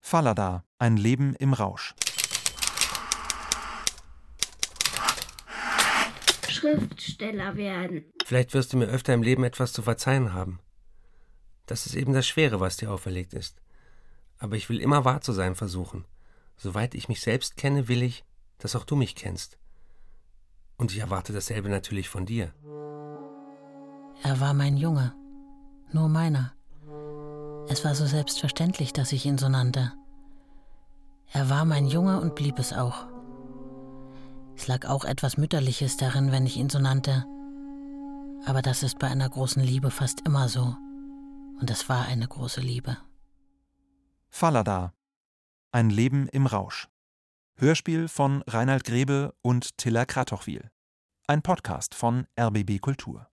Falada, ein Leben im Rausch. Schriftsteller werden. Vielleicht wirst du mir öfter im Leben etwas zu verzeihen haben. Das ist eben das Schwere, was dir auferlegt ist. Aber ich will immer wahr zu sein versuchen. Soweit ich mich selbst kenne, will ich, dass auch du mich kennst. Und ich erwarte dasselbe natürlich von dir. Er war mein Junge. Nur meiner. Es war so selbstverständlich, dass ich ihn so nannte. Er war mein Junge und blieb es auch. Es lag auch etwas Mütterliches darin, wenn ich ihn so nannte. Aber das ist bei einer großen Liebe fast immer so. Und es war eine große Liebe. Falada, ein Leben im Rausch. Hörspiel von Reinhard Grebe und Tilla Kratochwil. Ein Podcast von RBB Kultur.